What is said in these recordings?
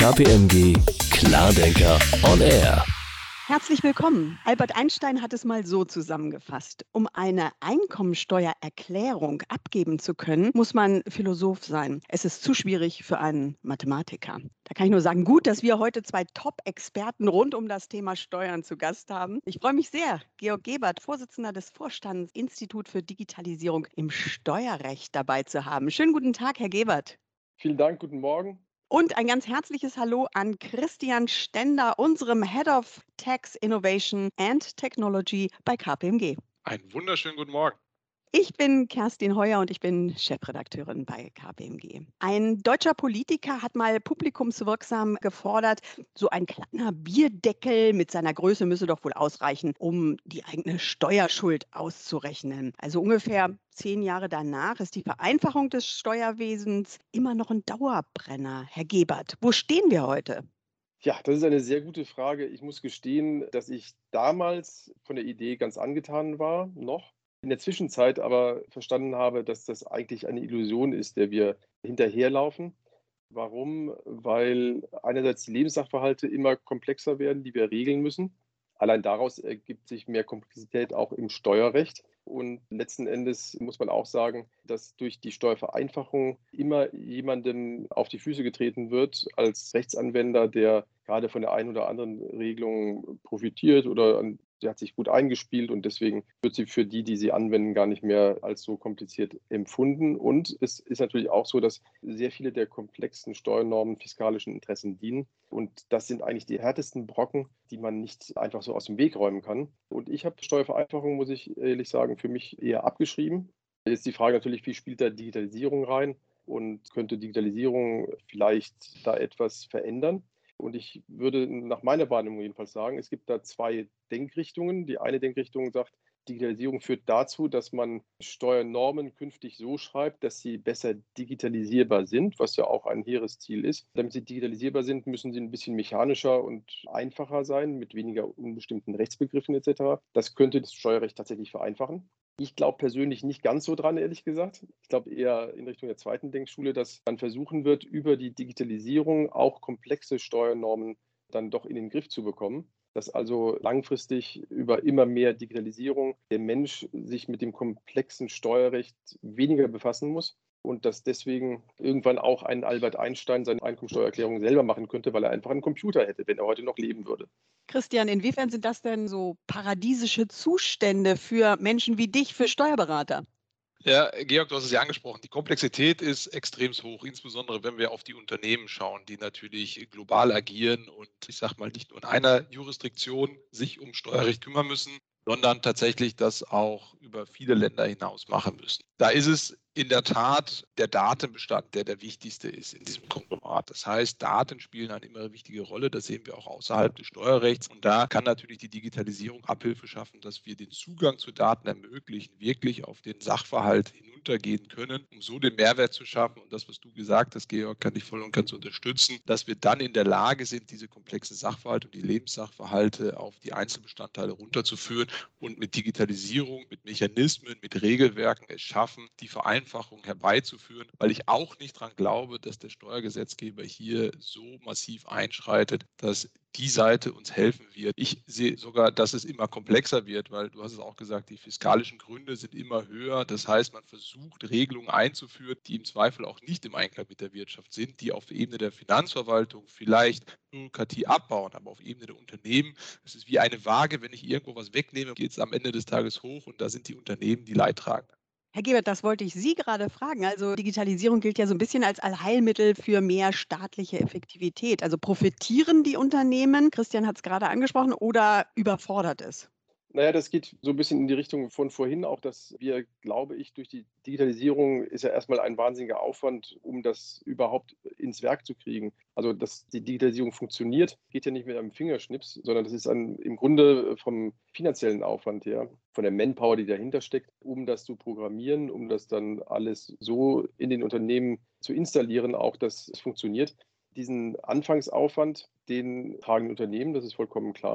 KPMG Klardenker on Air. Herzlich willkommen. Albert Einstein hat es mal so zusammengefasst. Um eine Einkommensteuererklärung abgeben zu können, muss man Philosoph sein. Es ist zu schwierig für einen Mathematiker. Da kann ich nur sagen, gut, dass wir heute zwei Top-Experten rund um das Thema Steuern zu Gast haben. Ich freue mich sehr, Georg Gebert, Vorsitzender des Vorstands Institut für Digitalisierung im Steuerrecht, dabei zu haben. Schönen guten Tag, Herr Gebert. Vielen Dank, guten Morgen. Und ein ganz herzliches Hallo an Christian Stender, unserem Head of Tax Innovation and Technology bei KPMG. Einen wunderschönen guten Morgen. Ich bin Kerstin Heuer und ich bin Chefredakteurin bei KPMG. Ein deutscher Politiker hat mal publikumswirksam gefordert, so ein kleiner Bierdeckel mit seiner Größe müsse doch wohl ausreichen, um die eigene Steuerschuld auszurechnen. Also ungefähr 10 Jahre danach ist die Vereinfachung des Steuerwesens immer noch ein Dauerbrenner. Herr Gebert, wo stehen wir heute? Ja, das ist eine sehr gute Frage. Ich muss gestehen, dass ich damals von der Idee ganz angetan war, noch. In der Zwischenzeit aber verstanden habe, dass das eigentlich eine Illusion ist, der wir hinterherlaufen. Warum? Weil einerseits die Lebenssachverhalte immer komplexer werden, die wir regeln müssen. Allein daraus ergibt sich mehr Komplexität auch im Steuerrecht. Und letzten Endes muss man auch sagen, dass durch die Steuervereinfachung immer jemandem auf die Füße getreten wird als Rechtsanwender, der gerade von der einen oder anderen Regelung profitiert oder sie hat sich gut eingespielt und deswegen wird sie für die sie anwenden, gar nicht mehr als so kompliziert empfunden. Und es ist natürlich auch so, dass sehr viele der komplexen Steuernormen fiskalischen Interessen dienen. Und das sind eigentlich die härtesten Brocken, die man nicht einfach so aus dem Weg räumen kann. Und ich habe Steuervereinfachung, muss ich ehrlich sagen, für mich eher abgeschrieben. Jetzt die Frage natürlich, wie spielt da Digitalisierung rein und könnte Digitalisierung vielleicht da etwas verändern? Und ich würde nach meiner Wahrnehmung jedenfalls sagen, es gibt da zwei Denkrichtungen. Die eine Denkrichtung sagt, Digitalisierung führt dazu, dass man Steuernormen künftig so schreibt, dass sie besser digitalisierbar sind, was ja auch ein hehres Ziel ist. Damit sie digitalisierbar sind, müssen sie ein bisschen mechanischer und einfacher sein, mit weniger unbestimmten Rechtsbegriffen etc. Das könnte das Steuerrecht tatsächlich vereinfachen. Ich glaube persönlich nicht ganz so dran, ehrlich gesagt. Ich glaube eher in Richtung der zweiten Denkschule, dass man versuchen wird, über die Digitalisierung auch komplexe Steuernormen dann doch in den Griff zu bekommen. Dass also langfristig über immer mehr Digitalisierung der Mensch sich mit dem komplexen Steuerrecht weniger befassen muss und dass deswegen irgendwann auch ein Albert Einstein seine Einkommensteuererklärung selber machen könnte, weil er einfach einen Computer hätte, wenn er heute noch leben würde. Christian, inwiefern sind das denn so paradiesische Zustände für Menschen wie dich, für Steuerberater? Ja, Georg, du hast es ja angesprochen. Die Komplexität ist extrem hoch, insbesondere wenn wir auf die Unternehmen schauen, die natürlich global agieren und ich sage mal nicht nur in einer Jurisdiktion sich um Steuerrecht kümmern müssen, sondern tatsächlich das auch über viele Länder hinaus machen müssen. Da ist es in der Tat der Datenbestand, der wichtigste ist in diesem Konglomerat. Das heißt, Daten spielen eine immer wichtige Rolle. Das sehen wir auch außerhalb des Steuerrechts. Und da kann natürlich die Digitalisierung Abhilfe schaffen, dass wir den Zugang zu Daten ermöglichen, wirklich auf den Sachverhalt hinuntergehen können, um so den Mehrwert zu schaffen. Und das, was du gesagt hast, Georg, kann ich voll und ganz unterstützen, dass wir dann in der Lage sind, diese komplexen Sachverhalte und die Lebenssachverhalte auf die Einzelbestandteile runterzuführen und mit Digitalisierung, mit Mechanismen, mit Regelwerken es schaffen, die Vereinfachung herbeizuführen, weil ich auch nicht daran glaube, dass der Steuergesetzgeber hier so massiv einschreitet, dass die Seite uns helfen wird. Ich sehe sogar, dass es immer komplexer wird, weil du hast es auch gesagt, die fiskalischen Gründe sind immer höher. Das heißt, man versucht Regelungen einzuführen, die im Zweifel auch nicht im Einklang mit der Wirtschaft sind, die auf der Ebene der Finanzverwaltung vielleicht Bürokratie abbauen, aber auf Ebene der Unternehmen, es ist wie eine Waage, wenn ich irgendwo was wegnehme, geht es am Ende des Tages hoch und da sind die Unternehmen die Leidtragenden. Herr Gebert, das wollte ich Sie gerade fragen. Also Digitalisierung gilt ja so ein bisschen als Allheilmittel für mehr staatliche Effektivität. Also profitieren die Unternehmen, Christian hat es gerade angesprochen, oder überfordert es? Naja, das geht so ein bisschen in die Richtung von vorhin auch, dass wir, glaube ich, durch die Digitalisierung ist ja erstmal ein wahnsinniger Aufwand, um das überhaupt ins Werk zu kriegen. Also, dass die Digitalisierung funktioniert, geht ja nicht mit einem Fingerschnips, sondern das ist im Grunde vom finanziellen Aufwand her, von der Manpower, die dahinter steckt, um das zu programmieren, um das dann alles so in den Unternehmen zu installieren, auch dass es funktioniert. Diesen Anfangsaufwand, den tragen Unternehmen, das ist vollkommen klar.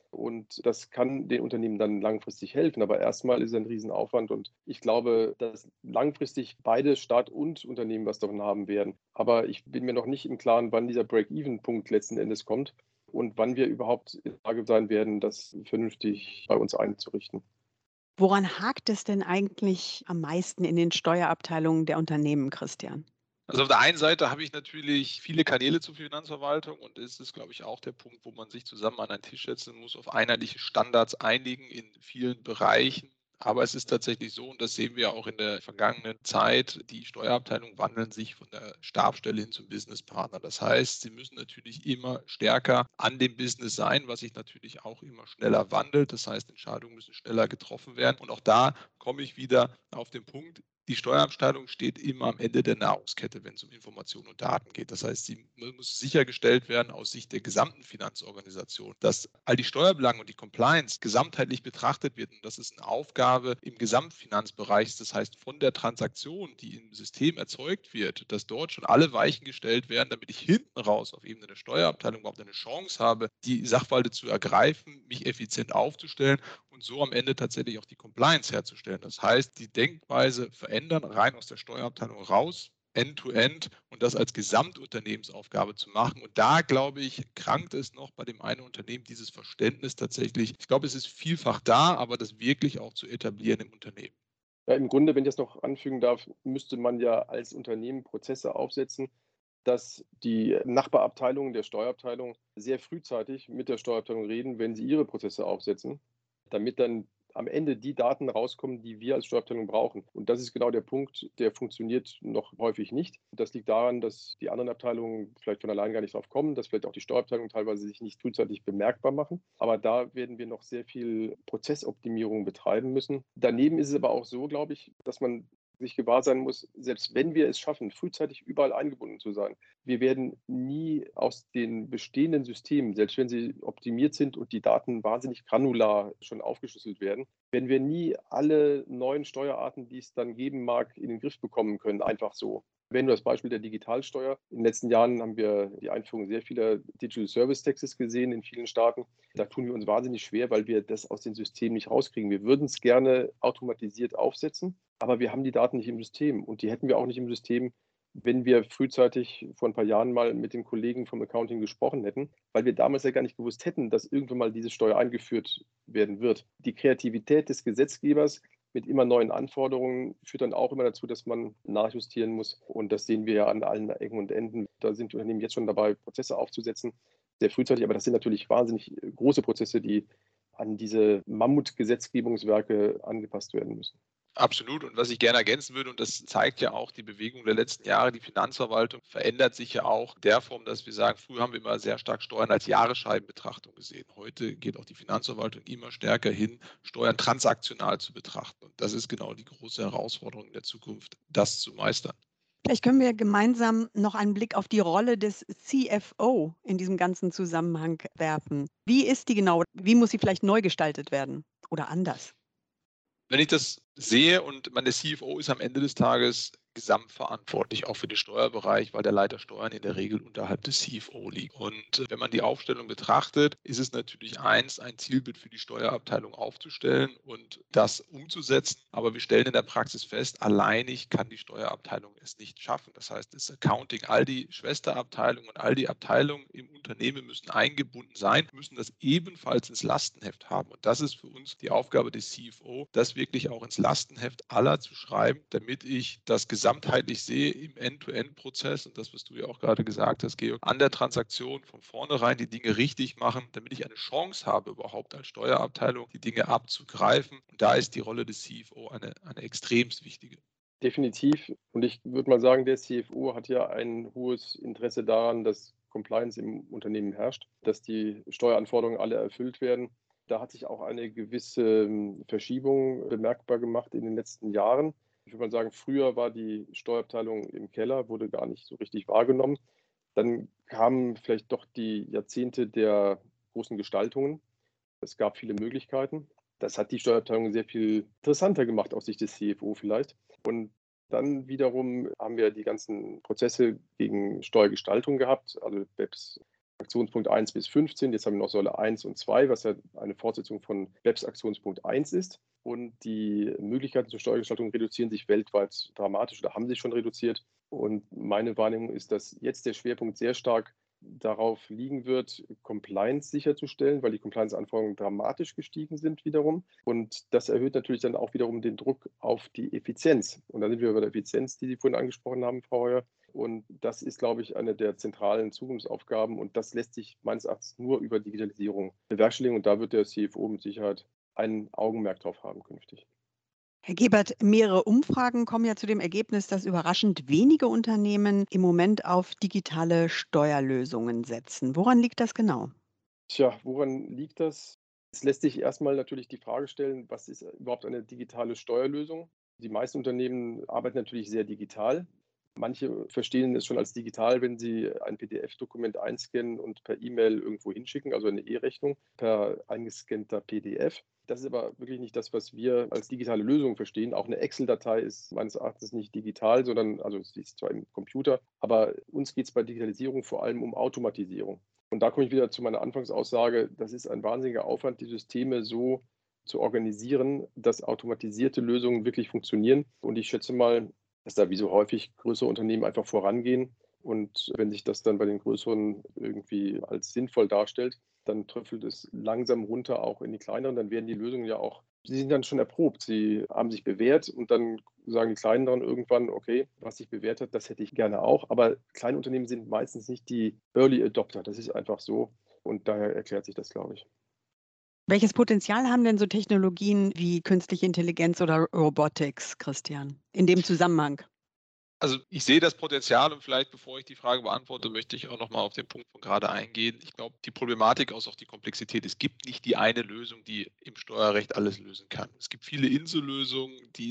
Und das kann den Unternehmen dann langfristig helfen. Aber erstmal ist es ein Riesenaufwand. Und ich glaube, dass langfristig beide Staat und Unternehmen was davon haben werden. Aber ich bin mir noch nicht im Klaren, wann dieser Break-Even-Punkt letzten Endes kommt und wann wir überhaupt in der Lage sein werden, das vernünftig bei uns einzurichten. Woran hakt es denn eigentlich am meisten in den Steuerabteilungen der Unternehmen, Christian? Also auf der einen Seite habe ich natürlich viele Kanäle zur Finanzverwaltung und es ist, glaube ich, auch der Punkt, wo man sich zusammen an einen Tisch setzen muss, auf einheitliche Standards einigen in vielen Bereichen. Aber es ist tatsächlich so, und das sehen wir auch in der vergangenen Zeit, die Steuerabteilungen wandeln sich von der Stabsstelle hin zum Businesspartner. Das heißt, sie müssen natürlich immer stärker an dem Business sein, was sich natürlich auch immer schneller wandelt. Das heißt, Entscheidungen müssen schneller getroffen werden. Und auch da komme ich wieder auf den Punkt, die Steuerabteilung steht immer am Ende der Nahrungskette, wenn es um Informationen und Daten geht. Das heißt, sie muss sichergestellt werden aus Sicht der gesamten Finanzorganisation, dass all die Steuerbelange und die Compliance gesamtheitlich betrachtet wird. Und das ist eine Aufgabe im Gesamtfinanzbereich. Das heißt, von der Transaktion, die im System erzeugt wird, dass dort schon alle Weichen gestellt werden, damit ich hinten raus auf Ebene der Steuerabteilung überhaupt eine Chance habe, die Sachverhalte zu ergreifen, mich effizient aufzustellen und so am Ende tatsächlich auch die Compliance herzustellen. Das heißt, die Denkweise verändern, rein aus der Steuerabteilung raus, End-to-End und das als Gesamtunternehmensaufgabe zu machen. Und da, glaube ich, krankt es noch bei dem einen Unternehmen dieses Verständnis tatsächlich. Ich glaube, es ist vielfach da, aber das wirklich auch zu etablieren im Unternehmen. Ja, im Grunde, wenn ich das noch anfügen darf, müsste man ja als Unternehmen Prozesse aufsetzen, dass die Nachbarabteilungen der Steuerabteilung sehr frühzeitig mit der Steuerabteilung reden, wenn sie ihre Prozesse aufsetzen, damit dann am Ende die Daten rauskommen, die wir als Steuerabteilung brauchen. Und das ist genau der Punkt, der funktioniert noch häufig nicht. Das liegt daran, dass die anderen Abteilungen vielleicht von allein gar nicht drauf kommen, dass vielleicht auch die Steuerabteilungen teilweise sich nicht frühzeitig bemerkbar machen. Aber da werden wir noch sehr viel Prozessoptimierung betreiben müssen. Daneben ist es aber auch so, glaube ich, dass man sich gewahr sein muss, selbst wenn wir es schaffen, frühzeitig überall eingebunden zu sein, wir werden nie aus den bestehenden Systemen, selbst wenn sie optimiert sind und die Daten wahnsinnig granular schon aufgeschlüsselt werden, werden wir nie alle neuen Steuerarten, die es dann geben mag, in den Griff bekommen können, einfach so. Wenn du das Beispiel der Digitalsteuer. In den letzten Jahren haben wir die Einführung sehr vieler Digital Service Taxes gesehen in vielen Staaten. Da tun wir uns wahnsinnig schwer, weil wir das aus den Systemen nicht rauskriegen. Wir würden es gerne automatisiert aufsetzen, aber wir haben die Daten nicht im System und die hätten wir auch nicht im System, wenn wir frühzeitig vor ein paar Jahren mal mit den Kollegen vom Accounting gesprochen hätten, weil wir damals ja gar nicht gewusst hätten, dass irgendwann mal diese Steuer eingeführt werden wird. Die Kreativität des Gesetzgebers mit immer neuen Anforderungen führt dann auch immer dazu, dass man nachjustieren muss. Und das sehen wir ja an allen Ecken und Enden. Da sind Unternehmen jetzt schon dabei, Prozesse aufzusetzen, sehr frühzeitig. Aber das sind natürlich wahnsinnig große Prozesse, die an diese Mammutgesetzgebungswerke angepasst werden müssen. Absolut. Und was ich gerne ergänzen würde, und das zeigt ja auch die Bewegung der letzten Jahre, die Finanzverwaltung verändert sich ja auch in der Form, dass wir sagen, früher haben wir immer sehr stark Steuern als Jahresscheibenbetrachtung gesehen. Heute geht auch die Finanzverwaltung immer stärker hin, Steuern transaktional zu betrachten. Und das ist genau die große Herausforderung in der Zukunft, das zu meistern. Vielleicht können wir gemeinsam noch einen Blick auf die Rolle des CFO in diesem ganzen Zusammenhang werfen. Wie ist die genau? Wie muss sie vielleicht neu gestaltet werden oder anders? Wenn ich das sehe und der CFO ist am Ende des Tages gesamtverantwortlich, auch für den Steuerbereich, weil der Leiter Steuern in der Regel unterhalb des CFO liegt. Und wenn man die Aufstellung betrachtet, ist es natürlich ein Zielbild für die Steuerabteilung aufzustellen und das umzusetzen. Aber wir stellen in der Praxis fest, alleinig kann die Steuerabteilung es nicht schaffen. Das heißt, das Accounting, all die Schwesterabteilungen und all die Abteilungen im Unternehmen müssen eingebunden sein, müssen das ebenfalls ins Lastenheft haben. Und das ist für uns die Aufgabe des CFO, das wirklich auch ins Lastenheft aller zu schreiben, damit ich das gesamtheitlich sehe im End-to-End-Prozess und das, was du ja auch gerade gesagt hast, Georg, an der Transaktion von vornherein die Dinge richtig machen, damit ich eine Chance habe, überhaupt als Steuerabteilung die Dinge abzugreifen. Und da ist die Rolle des CFO eine extremst wichtige. Definitiv. Und ich würde mal sagen, der CFO hat ja ein hohes Interesse daran, dass Compliance im Unternehmen herrscht, dass die Steueranforderungen alle erfüllt werden. Da hat sich auch eine gewisse Verschiebung bemerkbar gemacht in den letzten Jahren. Ich würde mal sagen, früher war die Steuerabteilung im Keller, wurde gar nicht so richtig wahrgenommen. Dann kamen vielleicht doch die Jahrzehnte der großen Gestaltungen. Es gab viele Möglichkeiten. Das hat die Steuerabteilung sehr viel interessanter gemacht aus Sicht des CFO vielleicht. Und dann wiederum haben wir die ganzen Prozesse gegen Steuergestaltung gehabt, also BEPS Aktionspunkt 1 bis 15. Jetzt haben wir noch Säule 1 und 2, was ja eine Fortsetzung von BEPS Aktionspunkt 1 ist. Und die Möglichkeiten zur Steuergestaltung reduzieren sich weltweit dramatisch oder haben sich schon reduziert. Und meine Wahrnehmung ist, dass jetzt der Schwerpunkt sehr stark darauf liegen wird, Compliance sicherzustellen, weil die Compliance-Anforderungen dramatisch gestiegen sind wiederum. Und das erhöht natürlich dann auch wiederum den Druck auf die Effizienz. Und da sind wir bei der Effizienz, die Sie vorhin angesprochen haben, Frau Heuer. Und das ist, glaube ich, eine der zentralen Zukunftsaufgaben. Und das lässt sich meines Erachtens nur über Digitalisierung bewerkstelligen. Und da wird der CFO mit Sicherheit ein Augenmerk drauf haben künftig. Herr Gebert, mehrere Umfragen kommen ja zu dem Ergebnis, dass überraschend wenige Unternehmen im Moment auf digitale Steuerlösungen setzen. Woran liegt das genau? Tja, woran liegt das? Es lässt sich erstmal natürlich die Frage stellen, was ist überhaupt eine digitale Steuerlösung? Die meisten Unternehmen arbeiten natürlich sehr digital. Manche verstehen es schon als digital, wenn sie ein PDF-Dokument einscannen und per E-Mail irgendwo hinschicken, also eine E-Rechnung per eingescannter PDF. Das ist aber wirklich nicht das, was wir als digitale Lösung verstehen. Auch eine Excel-Datei ist meines Erachtens nicht digital, sondern, also sie ist zwar im Computer, aber uns geht es bei Digitalisierung vor allem um Automatisierung. Und da komme ich wieder zu meiner Anfangsaussage, das ist ein wahnsinniger Aufwand, die Systeme so zu organisieren, dass automatisierte Lösungen wirklich funktionieren. Und ich schätze mal, dass da wie so häufig größere Unternehmen einfach vorangehen. Und wenn sich das dann bei den größeren irgendwie als sinnvoll darstellt, dann tröpfelt es langsam runter auch in die kleineren. Dann werden die Lösungen ja auch, sie sind dann schon erprobt. Sie haben sich bewährt und dann sagen die kleineren irgendwann, okay, was sich bewährt hat, das hätte ich gerne auch. Aber kleine Unternehmen sind meistens nicht die Early Adopter. Das ist einfach so. Und daher erklärt sich das, glaube ich. Welches Potenzial haben denn so Technologien wie künstliche Intelligenz oder Robotics, Christian, in dem Zusammenhang? Also ich sehe das Potenzial und vielleicht, bevor ich die Frage beantworte, möchte ich auch nochmal auf den Punkt von gerade eingehen. Ich glaube, die Problematik aus auch die Komplexität. Es gibt nicht die eine Lösung, die im Steuerrecht alles lösen kann. Es gibt viele Insellösungen, die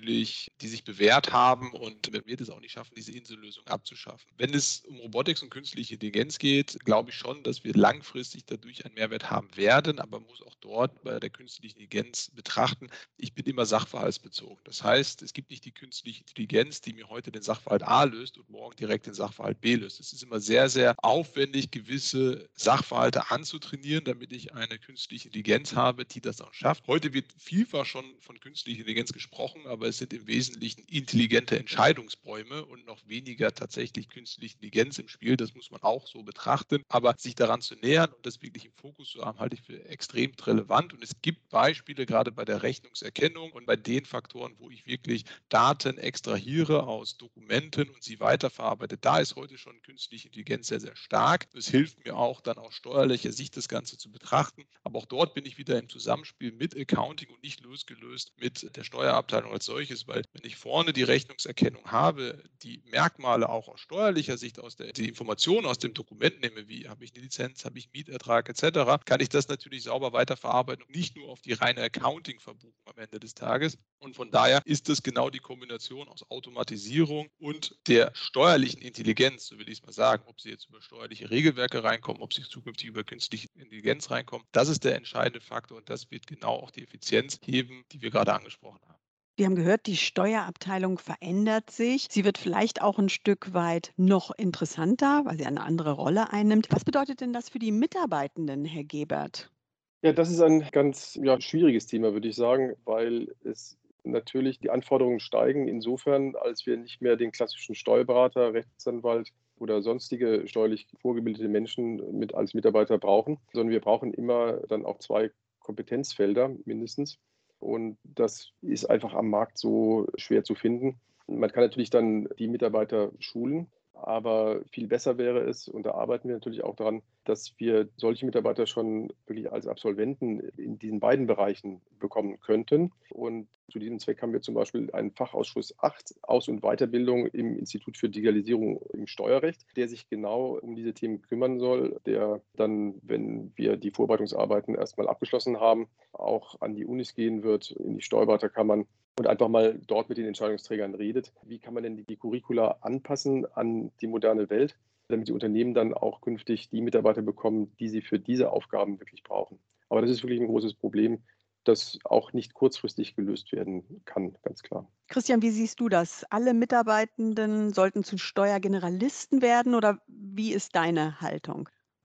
sich bewährt haben und wenn wir das auch nicht schaffen, diese Insellösung abzuschaffen. Wenn es um Robotics und künstliche Intelligenz geht, glaube ich schon, dass wir langfristig dadurch einen Mehrwert haben werden, aber man muss auch dort bei der künstlichen Intelligenz betrachten, ich bin immer sachverhaltsbezogen. Das heißt, es gibt nicht die künstliche Intelligenz, die mir heute den Sachverhalt A löst und morgen direkt den Sachverhalt B löst. Es ist immer sehr, sehr aufwendig, gewisse Sachverhalte anzutrainieren, damit ich eine künstliche Intelligenz habe, die das auch schafft. Heute wird vielfach schon von künstlicher Intelligenz gesprochen, aber es sind im Wesentlichen intelligente Entscheidungsbäume und noch weniger tatsächlich künstliche Intelligenz im Spiel. Das muss man auch so betrachten. Aber sich daran zu nähern und das wirklich im Fokus zu haben, halte ich für extrem relevant. Und es gibt Beispiele, gerade bei der Rechnungserkennung und bei den Faktoren, wo ich wirklich Daten extrahiere aus Dokumenten und sie weiterverarbeite. Da ist heute schon künstliche Intelligenz sehr, sehr stark. Es hilft mir auch dann aus steuerlicher Sicht das Ganze zu betrachten. Aber auch dort bin ich wieder im Zusammenspiel mit Accounting und nicht losgelöst mit der Steuerabteilung als solches, weil wenn ich vorne die Rechnungserkennung habe, die Merkmale auch aus steuerlicher Sicht die Informationen aus dem Dokument nehme, wie habe ich eine Lizenz, habe ich einen Mietertrag etc., kann ich das natürlich sauber weiterverarbeiten und nicht nur auf die reine Accounting-Verbuchung am Ende des Tages. Und von daher ist es genau die Kombination aus Automatisierung und der steuerlichen Intelligenz, so will ich es mal sagen, ob sie jetzt über steuerliche Regelwerke reinkommen, ob sie zukünftig über künstliche Intelligenz reinkommen. Das ist der entscheidende Faktor und das wird genau auch die Effizienz heben, die wir gerade angesprochen haben. Wir haben gehört, die Steuerabteilung verändert sich. Sie wird vielleicht auch ein Stück weit noch interessanter, weil sie eine andere Rolle einnimmt. Was bedeutet denn das für die Mitarbeitenden, Herr Gebert? Ja, das ist ein ganz schwieriges Thema, würde ich sagen, weil es natürlich die Anforderungen steigen insofern, als wir nicht mehr den klassischen Steuerberater, Rechtsanwalt oder sonstige steuerlich vorgebildete Menschen mit als Mitarbeiter brauchen, sondern wir brauchen immer dann auch zwei Kompetenzfelder mindestens. Und das ist einfach am Markt so schwer zu finden. Man kann natürlich dann die Mitarbeiter schulen, aber viel besser wäre es, und da arbeiten wir natürlich auch daran, dass wir solche Mitarbeiter schon wirklich als Absolventen in diesen beiden Bereichen bekommen könnten. Und zu diesem Zweck haben wir zum Beispiel einen Fachausschuss 8 Aus- und Weiterbildung im Institut für Digitalisierung im Steuerrecht, der sich genau um diese Themen kümmern soll, der dann, wenn wir die Vorbereitungsarbeiten erstmal abgeschlossen haben, auch an die Unis gehen wird, in die Steuerberaterkammern und einfach mal dort mit den Entscheidungsträgern redet. Wie kann man denn die Curricula anpassen an die moderne Welt, damit die Unternehmen dann auch künftig die Mitarbeiter bekommen, die sie für diese Aufgaben wirklich brauchen. Aber das ist wirklich ein großes Problem, das auch nicht kurzfristig gelöst werden kann, ganz klar. Christian, wie siehst du das? Alle Mitarbeitenden sollten zu Steuergeneralisten werden oder wie ist deine Haltung?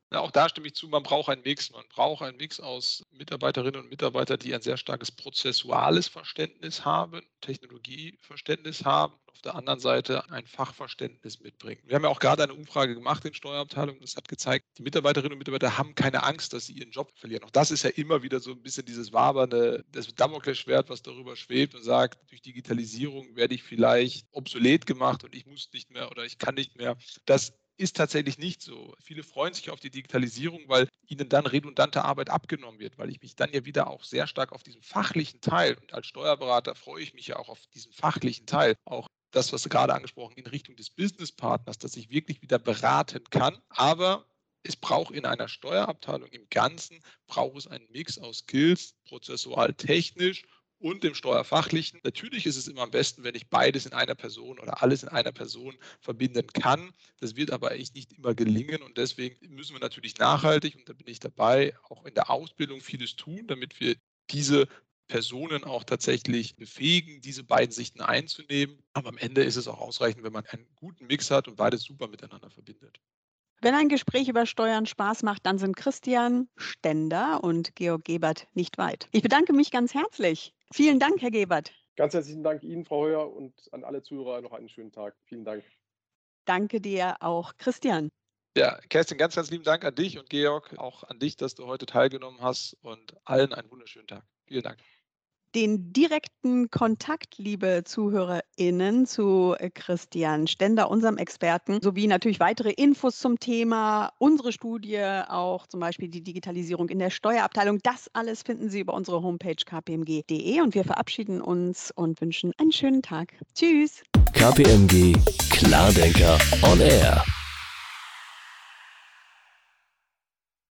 Ja, auch da stimme ich zu, man braucht einen Mix. Man braucht einen Mix aus Mitarbeiterinnen und Mitarbeitern, die ein sehr starkes prozessuales Verständnis haben, Technologieverständnis haben, und auf der anderen Seite ein Fachverständnis mitbringen. Wir haben ja auch gerade eine Umfrage gemacht in Steuerabteilungen. Das hat gezeigt, die Mitarbeiterinnen und Mitarbeiter haben keine Angst, dass sie ihren Job verlieren. Auch das ist ja immer wieder so ein bisschen dieses wabernde, das Damoklesschwert, was darüber schwebt und sagt, durch Digitalisierung werde ich vielleicht obsolet gemacht und ich muss nicht mehr oder ich kann nicht mehr. Das ist tatsächlich nicht so. Viele freuen sich auf die Digitalisierung, weil ihnen dann redundante Arbeit abgenommen wird, weil ich mich dann ja wieder auch sehr stark auf diesen fachlichen Teil, und als Steuerberater freue ich mich ja auch auf diesen fachlichen Teil, auch das, was gerade angesprochen, in Richtung des Businesspartners, dass ich wirklich wieder beraten kann. Aber es braucht in einer Steuerabteilung im Ganzen, braucht es einen Mix aus Skills, prozessual technisch und dem Steuerfachlichen. Natürlich ist es immer am besten, wenn ich beides in einer Person oder alles in einer Person verbinden kann. Das wird aber eigentlich nicht immer gelingen und deswegen müssen wir natürlich nachhaltig, und da bin ich dabei, auch in der Ausbildung vieles tun, damit wir diese Personen auch tatsächlich befähigen, diese beiden Sichten einzunehmen. Aber am Ende ist es auch ausreichend, wenn man einen guten Mix hat und beides super miteinander verbindet. Wenn ein Gespräch über Steuern Spaß macht, dann sind Christian Stender und Georg Gebert nicht weit. Ich bedanke mich ganz herzlich. Vielen Dank, Herr Gebert. Ganz herzlichen Dank Ihnen, Frau Heuer, und an alle Zuhörer noch einen schönen Tag. Vielen Dank. Danke dir auch, Christian. Ja, Kerstin, ganz, ganz lieben Dank an dich und Georg, auch an dich, dass du heute teilgenommen hast, und allen einen wunderschönen Tag. Vielen Dank. Den direkten Kontakt, liebe ZuhörerInnen, zu Christian Stender, unserem Experten, sowie natürlich weitere Infos zum Thema, unsere Studie, auch zum Beispiel die Digitalisierung in der Steuerabteilung, das alles finden Sie über unsere Homepage kpmg.de, und wir verabschieden uns und wünschen einen schönen Tag. Tschüss! KPMG Klardenker on Air.